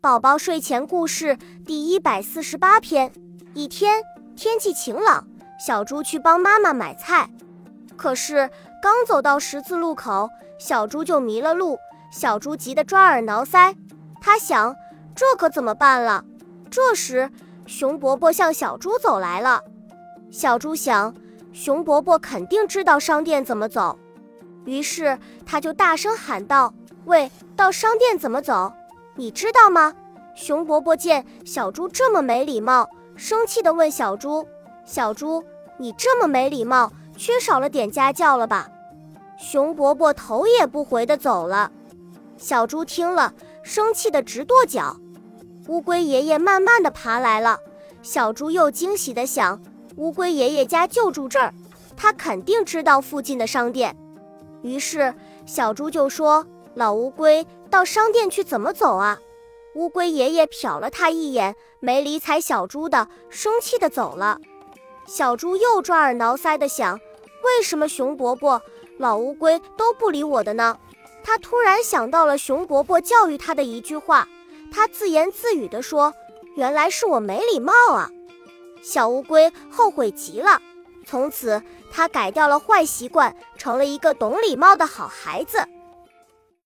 宝宝睡前故事第148篇。一天，天气晴朗，小猪去帮妈妈买菜。可是刚走到十字路口，小猪就迷了路。小猪急得抓耳挠腮，他想，这可怎么办了？这时，熊伯伯向小猪走来了。小猪想，熊伯伯肯定知道商店怎么走，于是他就大声喊道：“喂，到商店怎么走？你知道吗？”熊伯伯见小猪这么没礼貌，生气地问小猪：“小猪，你这么没礼貌，缺少了点家教了吧？”熊伯伯头也不回地走了。小猪听了，生气得直跺脚。乌龟爷爷慢慢地爬来了，小猪又惊喜地想，乌龟爷爷家就住这儿，他肯定知道附近的商店。于是小猪就说：“老乌龟，到商店去怎么走啊？”乌龟爷爷瞟了他一眼，没理睬小猪的，生气地走了。小猪又抓耳挠腮地想，为什么熊伯伯、老乌龟都不理我的呢？他突然想到了熊伯伯教育他的一句话，他自言自语地说：“原来是我没礼貌啊！”小乌龟后悔极了，从此他改掉了坏习惯，成了一个懂礼貌的好孩子。